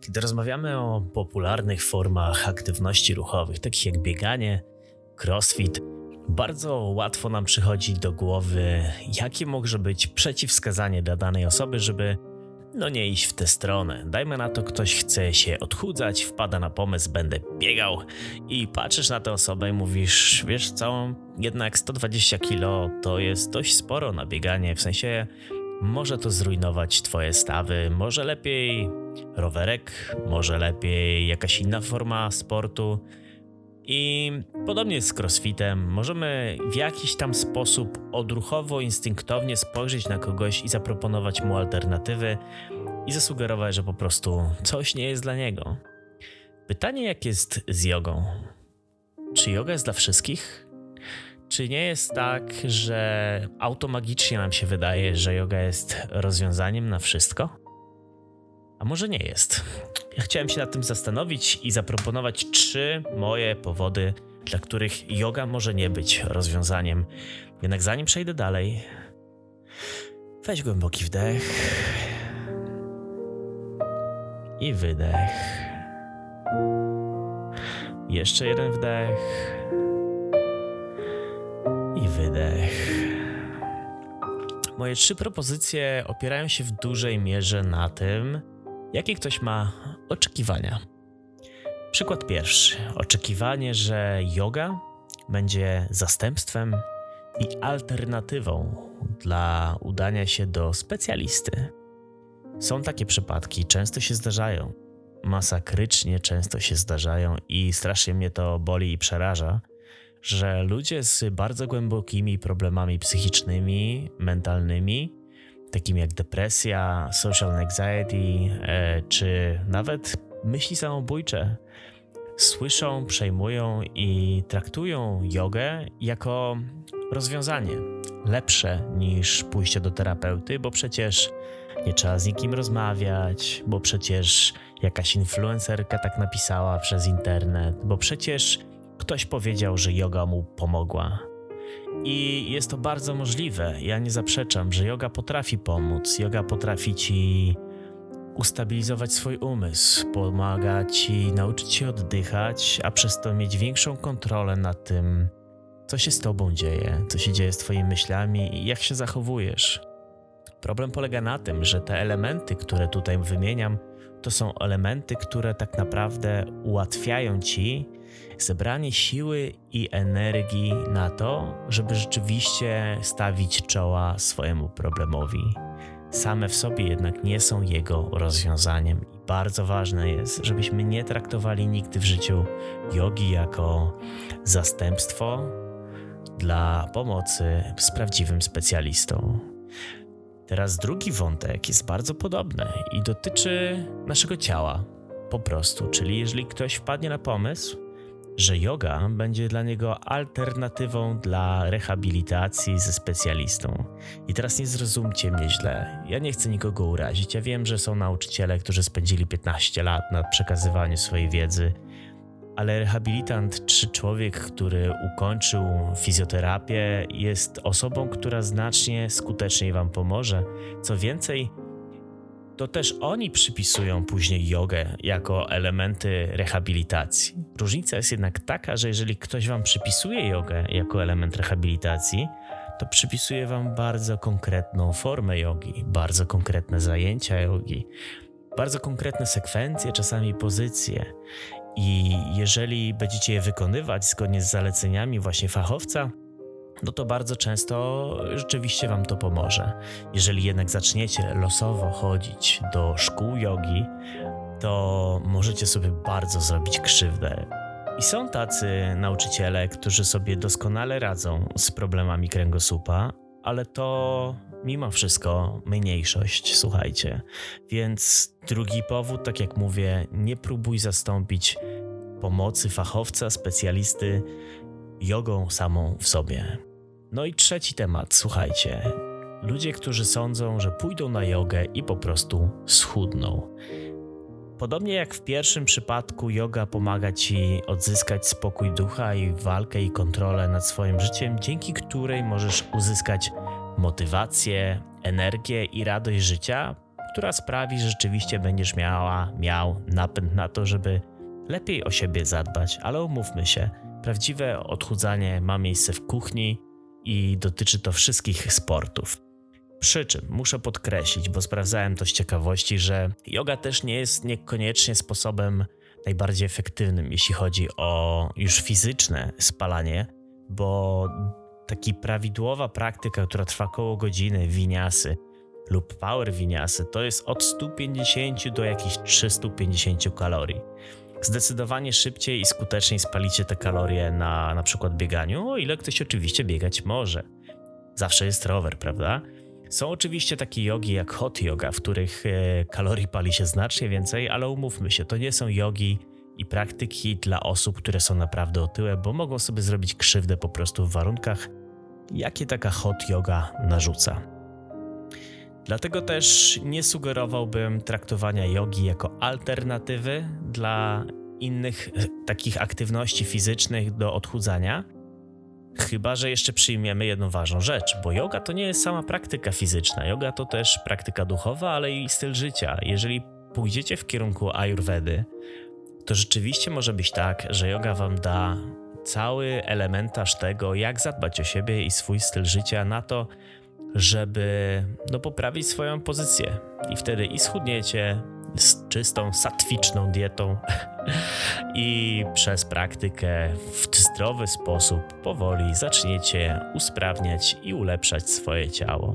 Kiedy rozmawiamy o popularnych formach aktywności ruchowych, takich jak bieganie, crossfit, bardzo łatwo nam przychodzi do głowy, jakie może być przeciwwskazanie dla danej osoby, żeby nie iść w tę stronę. Dajmy na to, ktoś chce się odchudzać, wpada na pomysł, będę biegał i patrzysz na tę osobę i mówisz, wiesz co, jednak 120 kg to jest dość sporo na bieganie, w sensie może to zrujnować twoje stawy, może lepiej rowerek, może lepiej jakaś inna forma sportu. I podobnie jest z crossfitem, możemy w jakiś tam sposób odruchowo, instynktownie spojrzeć na kogoś i zaproponować mu alternatywy i zasugerować, że po prostu coś nie jest dla niego. Pytanie, jak jest z jogą? Czy joga jest dla wszystkich? Czy nie jest tak, że automagicznie nam się wydaje, że joga jest rozwiązaniem na wszystko? A może nie jest? Ja chciałem się nad tym zastanowić i zaproponować 3 moje powody, dla których joga może nie być rozwiązaniem. Jednak zanim przejdę dalej, weź głęboki wdech i wydech. Jeszcze jeden wdech i wydech. Moje 3 propozycje opierają się w dużej mierze na tym, jakie ktoś ma oczekiwania. Przykład pierwszy. Oczekiwanie, że joga będzie zastępstwem i alternatywą dla udania się do specjalisty. Są takie przypadki, często się zdarzają. Masakrycznie często się zdarzają i strasznie mnie to boli i przeraża, że ludzie z bardzo głębokimi problemami psychicznymi, mentalnymi, takimi jak depresja, social anxiety, czy nawet myśli samobójcze, słyszą, przejmują i traktują jogę jako rozwiązanie lepsze niż pójście do terapeuty, bo przecież nie trzeba z nikim rozmawiać, bo przecież jakaś influencerka tak napisała przez internet, bo przecież ktoś powiedział, że joga mu pomogła. I jest to bardzo możliwe. Ja nie zaprzeczam, że joga potrafi pomóc. Joga potrafi ci ustabilizować swój umysł, pomaga ci nauczyć się oddychać, a przez to mieć większą kontrolę nad tym, co się z tobą dzieje, co się dzieje z twoimi myślami i jak się zachowujesz. Problem polega na tym, że te elementy, które tutaj wymieniam, to są elementy, które tak naprawdę ułatwiają ci zebranie siły i energii na to, żeby rzeczywiście stawić czoła swojemu problemowi. Same w sobie jednak nie są jego rozwiązaniem i bardzo ważne jest, żebyśmy nie traktowali nigdy w życiu jogi jako zastępstwo dla pomocy z prawdziwym specjalistą. Teraz drugi wątek jest bardzo podobny i dotyczy naszego ciała po prostu, czyli jeżeli ktoś wpadnie na pomysł, że joga będzie dla niego alternatywą dla rehabilitacji ze specjalistą. I teraz nie zrozumcie mnie źle, ja nie chcę nikogo urazić, ja wiem, że są nauczyciele, którzy spędzili 15 lat na przekazywaniu swojej wiedzy, ale rehabilitant czy człowiek, który ukończył fizjoterapię, jest osobą, która znacznie skuteczniej wam pomoże. Co więcej, to też oni przypisują później jogę jako elementy rehabilitacji. Różnica jest jednak taka, że jeżeli ktoś wam przypisuje jogę jako element rehabilitacji, to przypisuje wam bardzo konkretną formę jogi, bardzo konkretne zajęcia jogi, bardzo konkretne sekwencje, czasami pozycje. I jeżeli będziecie je wykonywać zgodnie z zaleceniami właśnie fachowca, no to bardzo często rzeczywiście wam to pomoże. Jeżeli jednak zaczniecie losowo chodzić do szkół jogi, to możecie sobie bardzo zrobić krzywdę. I są tacy nauczyciele, którzy sobie doskonale radzą z problemami kręgosłupa, ale to mimo wszystko mniejszość, słuchajcie. Więc drugi powód, tak jak mówię, nie próbuj zastąpić pomocy fachowca, specjalisty jogą samą w sobie. No i trzeci temat, słuchajcie. Ludzie, którzy sądzą, że pójdą na jogę i po prostu schudną. Podobnie jak w pierwszym przypadku, joga pomaga ci odzyskać spokój ducha i walkę i kontrolę nad swoim życiem, dzięki której możesz uzyskać motywację, energię i radość życia, która sprawi, że rzeczywiście będziesz miał napęd na to, żeby lepiej o siebie zadbać, ale umówmy się, prawdziwe odchudzanie ma miejsce w kuchni i dotyczy to wszystkich sportów. Przy czym muszę podkreślić, bo sprawdzałem to z ciekawości, że joga też nie jest niekoniecznie sposobem najbardziej efektywnym, jeśli chodzi o już fizyczne spalanie, bo taka prawidłowa praktyka, która trwa około godziny, winiasy lub power winiasy, to jest od 150 do jakichś 350 kalorii. Zdecydowanie szybciej i skuteczniej spalicie te kalorie na przykład bieganiu, o ile ktoś oczywiście biegać może. Zawsze jest rower, prawda? Są oczywiście takie jogi jak hot yoga, w których kalorii pali się znacznie więcej, ale umówmy się, to nie są jogi i praktyki dla osób, które są naprawdę otyłe, bo mogą sobie zrobić krzywdę po prostu w warunkach, jakie taka hot yoga narzuca. Dlatego też nie sugerowałbym traktowania jogi jako alternatywy dla innych takich aktywności fizycznych do odchudzania, chyba że jeszcze przyjmiemy jedną ważną rzecz, bo joga to nie jest sama praktyka fizyczna, joga to też praktyka duchowa, ale i styl życia. Jeżeli pójdziecie w kierunku ajurwedy, to rzeczywiście może być tak, że joga wam da cały elementarz tego, jak zadbać o siebie i swój styl życia na to, żeby poprawić swoją pozycję. I wtedy i schudniecie z czystą, satwiczną dietą i przez praktykę w zdrowy sposób powoli zaczniecie usprawniać i ulepszać swoje ciało.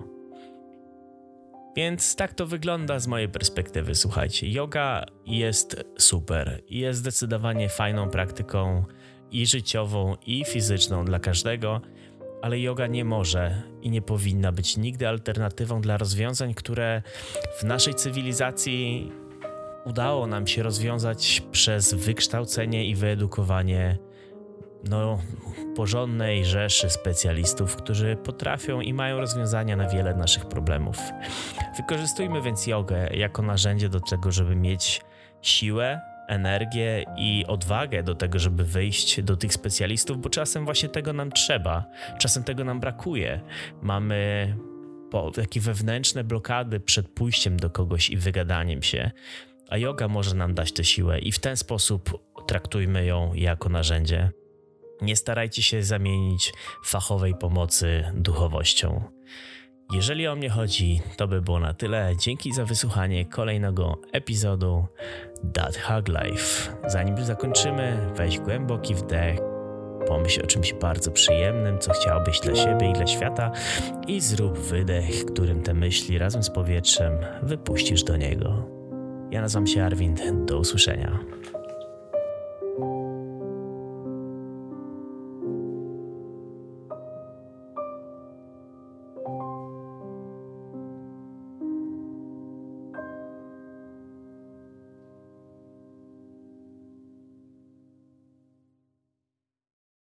Więc tak to wygląda z mojej perspektywy. Słuchajcie, joga jest super i jest zdecydowanie fajną praktyką i życiową, i fizyczną dla każdego, ale joga nie może i nie powinna być nigdy alternatywą dla rozwiązań, które w naszej cywilizacji udało nam się rozwiązać przez wykształcenie i wyedukowanie porządnej rzeszy specjalistów, którzy potrafią i mają rozwiązania na wiele naszych problemów. Wykorzystujmy więc jogę jako narzędzie do tego, żeby mieć siłę, energię i odwagę do tego, żeby wyjść do tych specjalistów, bo czasem właśnie tego nam trzeba, czasem tego nam brakuje. Mamy takie wewnętrzne blokady przed pójściem do kogoś i wygadaniem się, a joga może nam dać tę siłę i w ten sposób traktujmy ją jako narzędzie. Nie starajcie się zamienić fachowej pomocy duchowością. Jeżeli o mnie chodzi, to by było na tyle. Dzięki za wysłuchanie kolejnego epizodu That Hug Life. Zanim zakończymy, weź głęboki wdech, pomyśl o czymś bardzo przyjemnym, co chciałbyś dla siebie i dla świata i zrób wydech, którym te myśli razem z powietrzem wypuścisz do niego. Ja nazywam się Arwind. Do usłyszenia.